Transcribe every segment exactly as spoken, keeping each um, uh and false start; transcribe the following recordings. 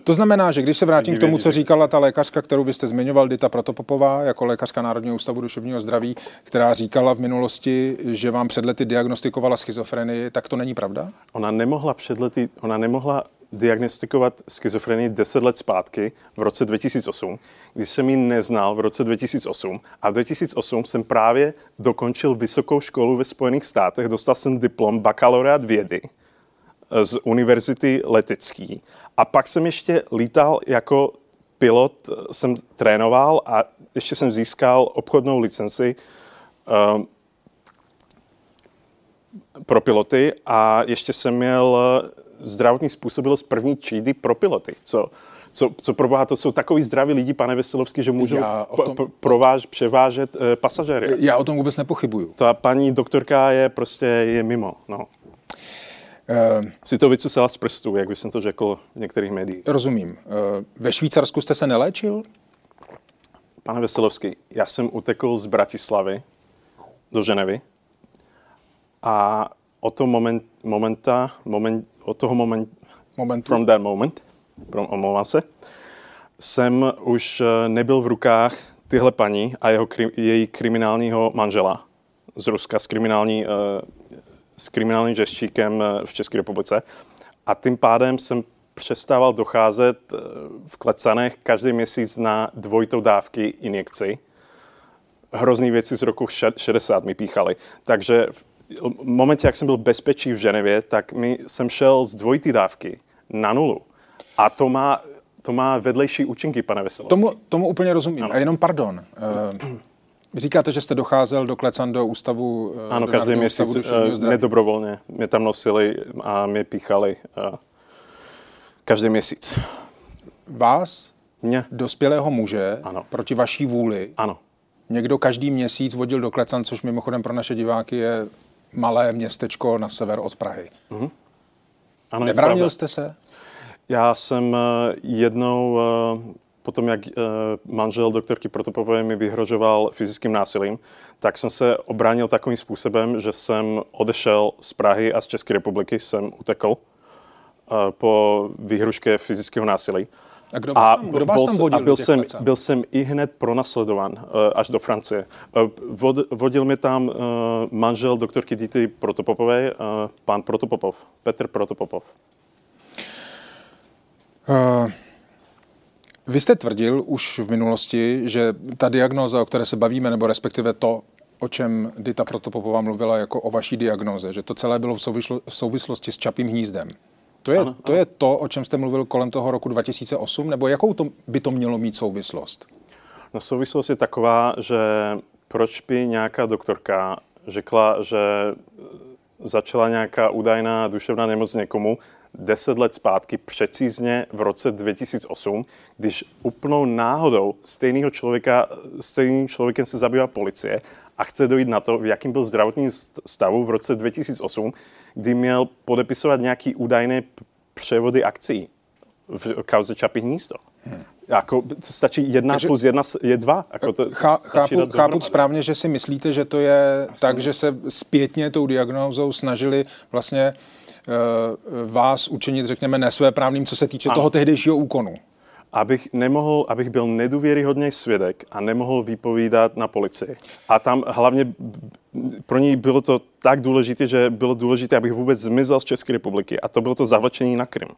To znamená, že když se vrátím k tomu, co říkala ta lékařka, kterou vy jste zmiňoval, Dita Protopopová, jako lékařka Národního ústavu duševního zdraví, která říkala v minulosti, že vám před lety diagnostikovala schizofrenii, tak to není pravda? Ona nemohla před lety, ona nemohla diagnostikovat schizofrenii deset let zpátky, v roce dva tisíce osm, když jsem ji neznal v roce dva tisíce osm. A v dva tisíce osm jsem právě dokončil vysokou školu ve Spojených státech, dostal jsem diplom bakalaureát vědy z univerzity letecký. A pak jsem ještě lítal jako pilot, jsem trénoval a ještě jsem získal obchodnou licenci um, pro piloty a ještě jsem měl zdravotní způsobilost první třídy pro piloty. Co, co, co pro boha, to jsou takový zdraví lidi, pane Veselovský, že můžou tom... p- prováž, převážet e, pasažéry. Já o tom vůbec nepochybuju. Ta paní doktorka je prostě je mimo. No. Uh, si to vycusala z prstů, jak bych jsem to řekl v některých médiích. Rozumím. Uh, ve Švýcarsku jste se neléčil? Pane Veselovský, já jsem utekl z Bratislavy do Ženevy a od toho moment, momenta, moment, od toho moment, Momentu. from that moment, omlouvám se, jsem už nebyl v rukách tyhle paní a jeho, její kriminálního manžela z Ruska, s, kriminální, s kriminálním žeštíkem v České republice. A tím pádem jsem přestával docházet v Klecanech každý měsíc na dvojitou dávky injekci. Hrozný věci z roku šedesát mi píchaly. Takže v momentě, jak jsem byl v bezpečí v Ženevě, tak mi jsem šel z dvojité dávky na nulu. A to má, to má vedlejší účinky, pane Veselovský. Tomu, tomu úplně rozumím. Ano. A jenom pardon. Uh, říkáte, že jste docházel do Klecan do ústavu... Ano, do každý měsíc uh, nedobrovolně. Mě tam nosili a mě píchali uh, každý měsíc. Vás, Mě? dospělého muže, ano. proti vaší vůli, ano. někdo každý měsíc vodil do Klecan, což mimochodem pro naše diváky je malé městečko na sever od Prahy. Mm-hmm. Ano, Nebránil jste se? Já jsem jednou, potom jak manžel doktorky Protopopové mi vyhrožoval fyzickým násilím, tak jsem se obránil takovým způsobem, že jsem odešel z Prahy a z České republiky, jsem utekl po výhrušce fyzického násilí. A kdo vás tam, kdo vás tam vodil? A byl jsem, byl jsem i hned pronásledován uh, až do Francie. Uh, vod, vodil mě tam uh, manžel doktorky Dity Protopopové, uh, pán Protopopov, Petr Protopopov. Uh, vy jste tvrdil už v minulosti, že ta diagnóza, o které se bavíme, nebo respektive to, o čem Dita Protopopová mluvila jako o vaší diagnóze, že to celé bylo v, souvislo, v souvislosti s Čapím hnízdem. To je, ano, to ano. je to, o čem jste mluvil kolem toho roku dva tisíce osm, nebo jakou to by to mělo mít souvislost? No, souvislost je taková, že proč by nějaká doktorka řekla, že začala nějaká údajná duševná nemoc někomu deset let zpátky, precízně v roce dva tisíce osm, když úplnou náhodou stejného člověka, stejným člověkem se zabývá policie a chce dojít na to, v jakým byl zdravotní stavu v roce dva tisíce osm, kdy měl podepisovat nějaký údajné převody akcí v kauze Čapí hnízdo. Hmm. Jako, stačí jedna Takže, plus jedna je dva. Jako to chá, chápu chápu správně, že si myslíte, že to je Asi tak, že se zpětně tou diagnózou snažili vlastně uh, vás učinit, řekněme, nesvéprávným, co se týče ano. toho tehdejšího úkonu. Abych nemohl, abych byl nedůvěryhodný svědek a nemohl vypovídat na policii. A tam hlavně pro něj bylo to tak důležité, že bylo důležité, abych vůbec zmizel z České republiky. A to bylo to zavlečení na Krym.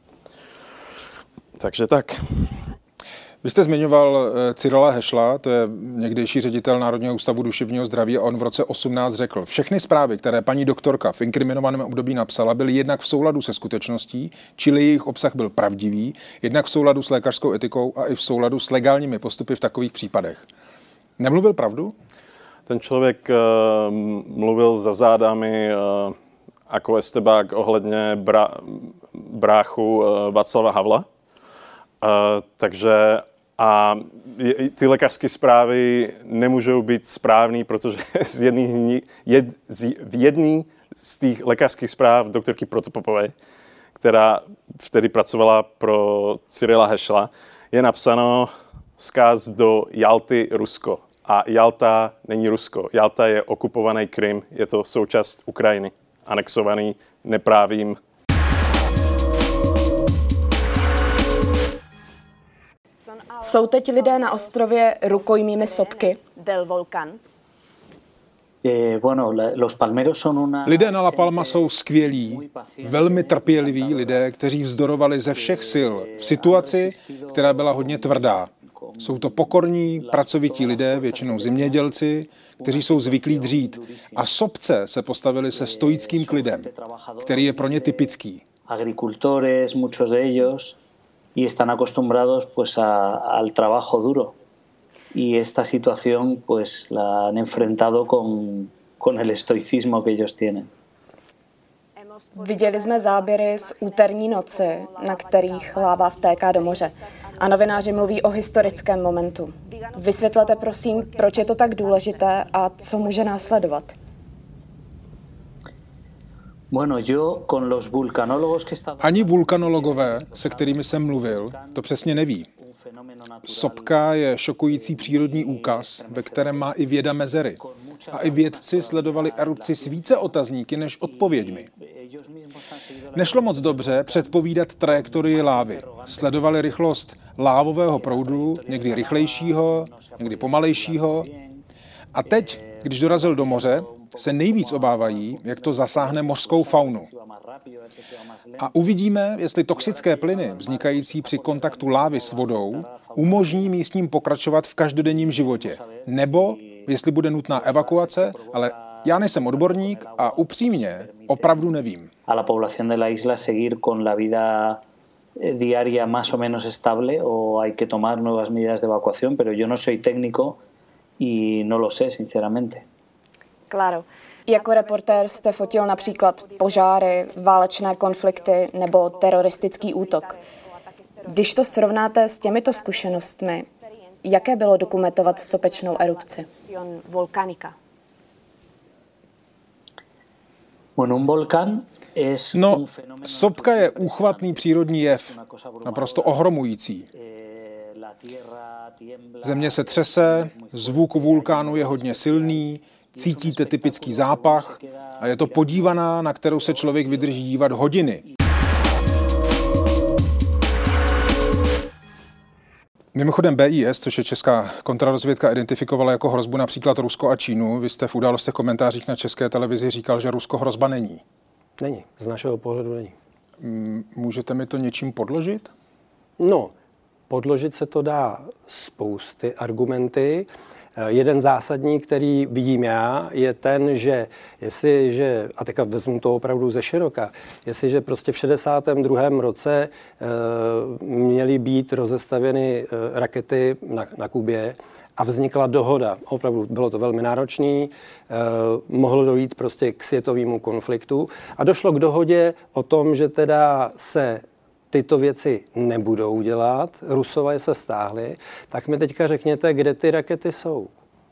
Takže tak. Vy jste zmiňoval Cyrila Hešla, to je někdejší ředitel Národního ústavu duševního zdraví, a on v roce osmnáct řekl: všechny zprávy, které paní doktorka v inkriminovaném období napsala, byly jednak v souladu se skutečností, čili jejich obsah byl pravdivý, jednak v souladu s lékařskou etikou a i v souladu s legálními postupy v takových případech. Nemluvil pravdu? Ten člověk uh, mluvil za zádami uh, jako estebák ohledně bra, bráchu uh, Václava Havla. Uh, takže a ty lékařské zprávy nemůžou být správný, protože z jedný, jed, z, v jedné z těch lékařských zpráv doktorky Protopopové, která vtedy pracovala pro Cyrila Hešla, je napsáno vzkaz do Jalty, Rusko. A Jalta není Rusko. Jalta je okupovaný Krym, je to součást Ukrajiny, anexovaný neprávým. Jsou teď lidé na ostrově rukojmími sopky? Lidé na La Palma jsou skvělí, velmi trpěliví lidé, kteří vzdorovali ze všech sil v situaci, která byla hodně tvrdá. Jsou to pokorní, pracovití lidé, většinou zemědělci, kteří jsou zvyklí dřít. A sopce se postavili se stoickým klidem, který je pro ně typický. Agricultores, muchos de ellos, y están acostumbrados pues a, al trabajo duro. Y esta situación pues la han enfrentado con, con el estoicismo que ellos tienen. Viděli jsme záběry z úterní noci, na kterých láva vtéká do moře. A novináři mluví o historickém momentu. Vysvětlete prosím, proč je to tak důležité a co může následovat. Ani vulkanologové, se kterými jsem mluvil, to přesně neví. Sopka je šokující přírodní úkaz, ve kterém má i věda mezery. A i vědci sledovali erupci s více otazníky než odpověďmi. Nešlo moc dobře předpovídat trajektorii lávy. Sledovali rychlost lávového proudu, někdy rychlejšího, někdy pomalejšího. A teď, když dorazil do moře, se nejvíc obávají, jak to zasáhne mořskou faunu. A uvidíme, jestli toxické plyny vznikající při kontaktu lávy s vodou umožní místním pokračovat v každodenním životě. Nebo jestli bude nutná evakuace, ale já nejsem odborník a upřímně opravdu nevím. A la población de la isla seguir con la vida diaria más o menos estable o hay que tomar nuevas medidas de evacuación, pero yo no soy técnico y no lo sé, sinceramente. Claro. Jako reportér jste fotil například požáry, válečné konflikty nebo teroristický útok. Když to srovnáte s těmito zkušenostmi, jaké bylo dokumentovat sopečnou erupci? No, sopka je úchvatný přírodní jev, naprosto ohromující. Země se třese, zvuk vulkánu je hodně silný, cítíte typický zápach a je to podívaná, na kterou se člověk vydrží dívat hodiny. Mimochodem B I S, což je česká kontrarozvědka, identifikovala jako hrozbu například Rusko a Čínu. Vy jste v Událostech komentářích na České televizi říkal, že Rusko hrozba není. Není, z našeho pohledu není. Můžete mi to něčím podložit? No, podložit se to dá spousty argumenty. Jeden zásadní, který vidím já, je ten, že jestliže, a teďka vezmu to opravdu ze široka, jestliže prostě v šedesátém druhém roce e, měly být rozestavěny e, rakety na, na Kubě a vznikla dohoda, opravdu bylo to velmi náročné, e, mohlo dojít prostě k světovému konfliktu a došlo k dohodě o tom, že teda se tyto věci nebudou dělat, Rusové se stáhli, tak mi teďka řekněte, kde ty rakety jsou.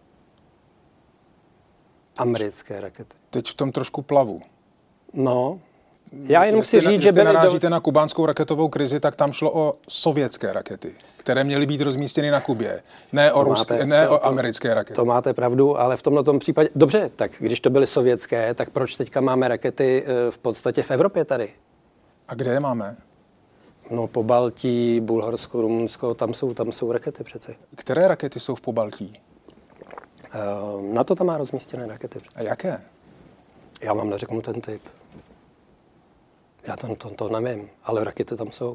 Americké rakety. Teď v tom trošku plavu. No, já jenom jestli chci říct, na, že byly... narážíte do... na kubánskou raketovou krizi, tak tam šlo o sovětské rakety, které měly být rozmístěny na Kubě, ne o, ruské, máte, ne to, o americké rakety. To máte pravdu, ale v tomto případě... Dobře, tak když to byly sovětské, tak proč teďka máme rakety v podstatě v Evropě tady? A kde je máme? No, Pobaltí, Bulharsko, Rumunsko, tam jsou, tam jsou rakety přece. Které rakety jsou v Pobaltí? Uh, NATO tam má rozmístěné rakety. A jaké? Já vám neřeknu ten typ. Já tam to, to nevím, ale rakety tam jsou.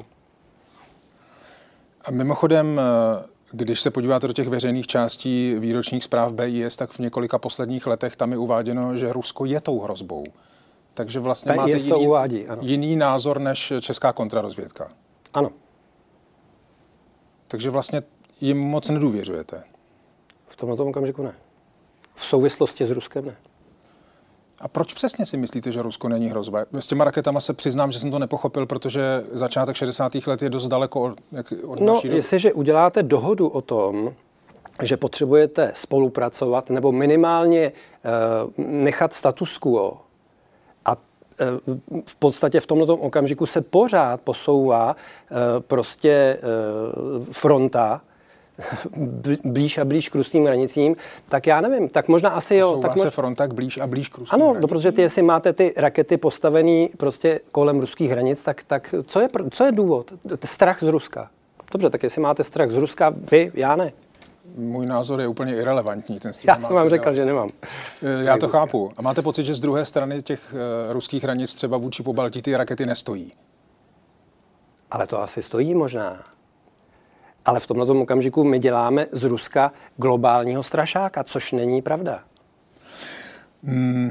A mimochodem, když se podíváte do těch veřejných částí výročních zpráv B I S, tak v několika posledních letech tam je uváděno, že Rusko je tou hrozbou. Takže vlastně B I S máte jiný, uvádí, ano. jiný názor než česká kontrarozvědka. Ano. Takže vlastně jim moc nedůvěřujete. V tomto okamžiku ne. V souvislosti s Ruskem ne. A proč přesně si myslíte, že Rusko není hrozba? S těma raketama se přiznám, že jsem to nepochopil, protože začátek šedesátých let je dost daleko od, od no, naší doby. Jestliže uděláte dohodu o tom, že potřebujete spolupracovat nebo minimálně uh, nechat status quo, a v podstatě v tomto okamžiku se pořád posouvá prostě fronta blíž a blíž k ruským hranicím, tak já nevím, tak možná asi jo. Posouvá tak se mož... fronta k blíž a blíž k ruským ano, hranicím? Ano, protože ty, jestli máte ty rakety postavený prostě kolem ruských hranic, tak, tak co, je, co je důvod? Strach z Ruska. Dobře, tak jestli máte strach z Ruska, vy, já ne. Můj názor je úplně irelevantní. Ten Já jsem vám řekl, že nemám. Já to chápu. A máte pocit, že z druhé strany těch uh, ruských hranic třeba vůči Pobaltí ty rakety nestojí? Ale to asi stojí možná. Ale v tomto okamžiku my děláme z Ruska globálního strašáka, což není pravda. Hmm.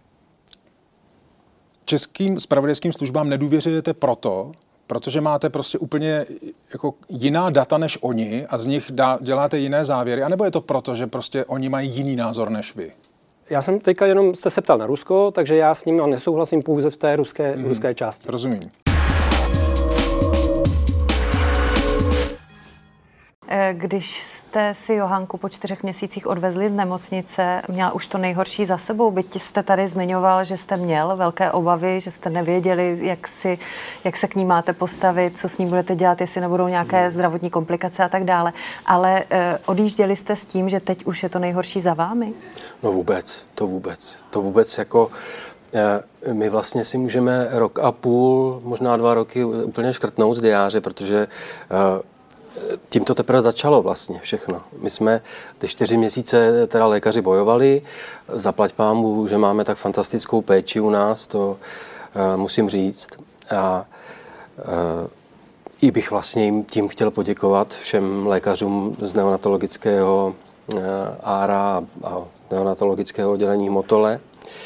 Českým zpravodajským službám nedůvěřujete proto, protože máte prostě úplně jako jiná data než oni a z nich dá, děláte jiné závěry, anebo je to proto, že prostě oni mají jiný názor než vy? Já jsem teďka jenom jste se ptal na Rusko, takže já s ním nesouhlasím pouze v té ruské, hmm. ruské části. Rozumím. Když jste si Johanku po čtyřech měsících odvezli z nemocnice, měla už to nejhorší za sebou, byť jste tady zmiňoval, že jste měl velké obavy, že jste nevěděli, jak, si, jak se k ní máte postavit, co s ní budete dělat, jestli nebudou nějaké zdravotní komplikace a tak dále. Ale eh, odjížděli jste s tím, že teď už je to nejhorší za vámi? No vůbec, to vůbec. To vůbec jako... eh, my vlastně si můžeme rok a půl, možná dva roky úplně škrtnout z diáře, protože eh, tím to teprve začalo vlastně všechno. My jsme ty čtyři měsíce teda lékaři bojovali, zaplať pámu, že máme tak fantastickou péči u nás, to uh, musím říct. A uh, i bych vlastně jim tím chtěl poděkovat všem lékařům z neonatologického uh, ára a neonatologického oddělení Motole,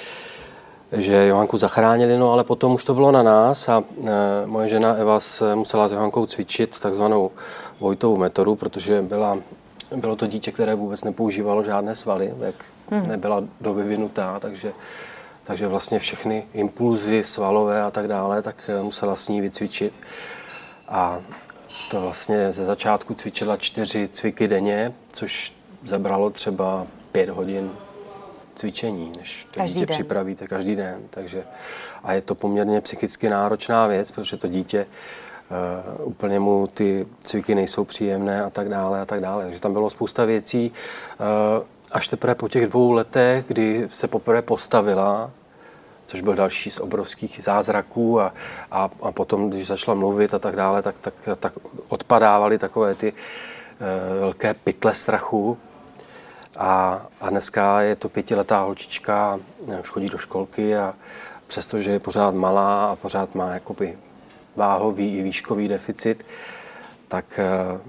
že Johanku zachránili, no ale potom už to bylo na nás a e, moje žena Eva se musela s Johankou cvičit takzvanou Vojtovou metodu, protože byla, bylo to dítě, které vůbec nepoužívalo žádné svaly, jak hmm. nebyla dovyvinutá, takže, takže vlastně všechny impulzy svalové a tak dále, tak musela s ní vycvičit. A to vlastně ze začátku cvičila čtyři cviky denně, což zabralo třeba pět hodin cvičení, než to každý dítě den. připravíte každý den. Takže, a je to poměrně psychicky náročná věc, protože to dítě uh, úplně mu ty cviky nejsou příjemné a tak dále a tak dále. Takže tam bylo spousta věcí. Uh, až teprve po těch dvou letech, kdy se poprvé postavila, což byl další z obrovských zázraků a, a, a potom, když začala mluvit a tak dále, tak, tak, tak odpadávaly takové ty uh, velké pytle strachu. A, a dneska je to pětiletá holčička, už chodí do školky a přestože je pořád malá a pořád má jakoby váhový i výškový deficit, tak,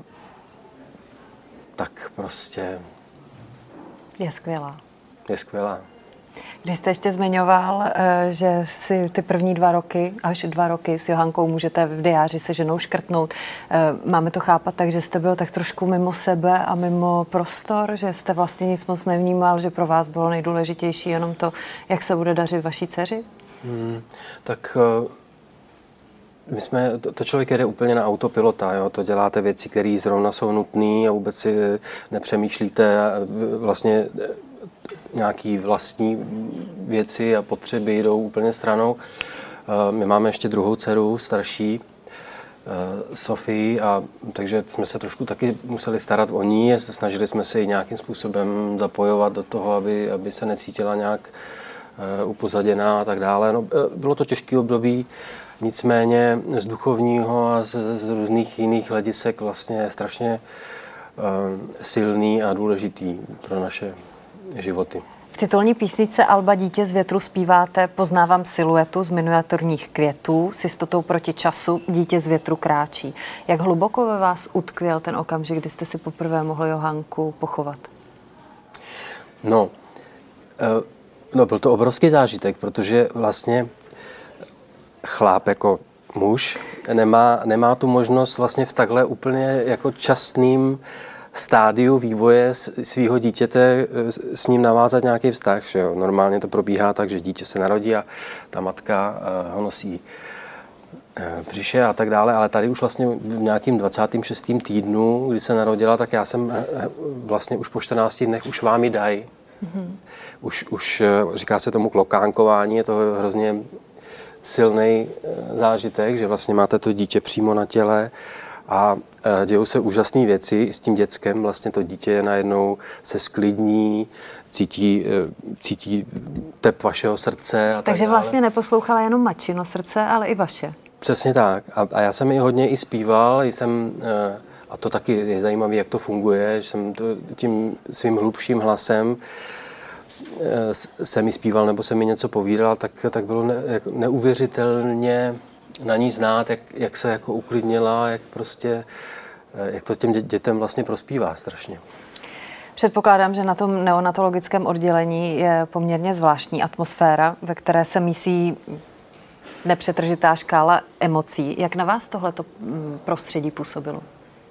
tak prostě Je skvělá. Je skvělá. Když jste ještě zmiňoval, že si ty první dva roky, až dva roky s Johankou můžete v diáři se ženou škrtnout. Máme to chápat tak, že jste byl tak trošku mimo sebe a mimo prostor, že jste vlastně nic moc nevnímal, že pro vás bylo nejdůležitější jenom to, jak se bude dařit vaší dceři? Hmm, tak my jsme, to, to člověk jede úplně na autopilota, jo? To děláte věci, které zrovna jsou nutné a vůbec si nepřemýšlíte a vlastně nějaký vlastní věci a potřeby jdou úplně stranou. My máme ještě druhou dceru, starší, Sofii, a takže jsme se trošku taky museli starat o ní. Snažili jsme se ji nějakým způsobem zapojovat do toho, aby, aby se necítila nějak upozaděná a tak dále. No, bylo to těžké období, nicméně z duchovního a z, z různých jiných hledisek vlastně strašně silný a důležitý pro naše životy. V titulní písničce Alba Dítě z větru zpíváte Poznávám siluetu z miniaturních květů, s jistotou proti času Dítě z větru kráčí. Jak hluboko ve vás utkvěl ten okamžik, kdy jste si poprvé mohli Johanku pochovat? No, no, byl to obrovský zážitek, protože vlastně chlap jako muž nemá, nemá tu možnost vlastně v takhle úplně jako častným stádiu vývoje svého dítěte s ním navázat nějaký vztah. Že jo? Normálně to probíhá tak, že dítě se narodí a ta matka ho nosí v břiše a tak dále, ale tady už vlastně v nějakým dvacátém šestém týdnu, kdy se narodila, tak já jsem vlastně už po čtrnácti dnech už vám ji dají. Mm-hmm. Už, už říká se tomu klokánkování, je to hrozně silný zážitek, že vlastně máte to dítě přímo na těle a dějou se úžasné věci s tím dětskem. Vlastně to dítě najednou se sklidní, cítí, cítí tep vašeho srdce. A Takže tak vlastně neposlouchala jenom matčino srdce, ale i vaše. Přesně tak. A, a já jsem i hodně i zpíval, jsem uh, a to taky je zajímavé, jak to funguje, že jsem to tím svým hlubším hlasem se mi zpíval nebo se mi něco povídal, tak, tak bylo ne, jako neuvěřitelně na ní znát, jak, jak se jako uklidnila, jak prostě, jak to těm dětem vlastně prospívá strašně. Předpokládám, že na tom neonatologickém oddělení je poměrně zvláštní atmosféra, ve které se mísí nepřetržitá škála emocí. Jak na vás tohleto prostředí působilo?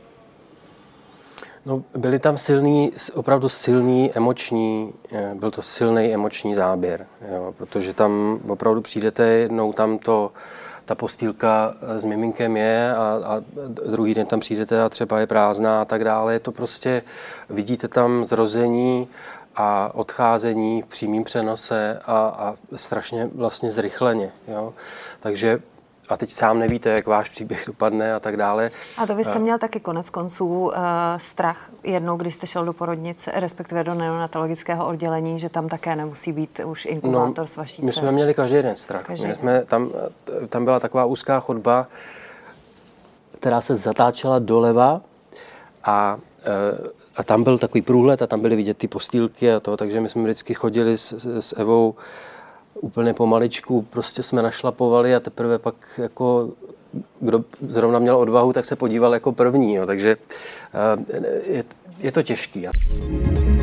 No, byly tam silný, opravdu silný emoční, byl to silný emoční záběr, jo, protože tam opravdu přijdete jednou, tam to, ta postýlka s miminkem je a, a druhý den tam přijdete a třeba je prázdná a tak dále. Je to prostě, vidíte tam zrození a odcházení v přímém přenose a, a strašně vlastně zrychleně, jo. Takže a teď sám nevíte, jak váš příběh dopadne a tak dále. A to vy jste měl taky konec konců uh, strach jednou, když jste šel do porodnice, respektive do neonatologického oddělení, že tam také nemusí být už inkubátor no, s vaší my jsme měli každý den strach. Každý My jsme, tam, tam byla taková úzká chodba, která se zatáčela doleva a, a tam byl takový průhled a tam byly vidět ty postýlky a to, takže my jsme vždycky chodili s, s Evou úplně pomaličku, prostě jsme našlapovali a teprve pak jako kdo zrovna měl odvahu, tak se podíval jako první, jo. Takže je, je to těžký.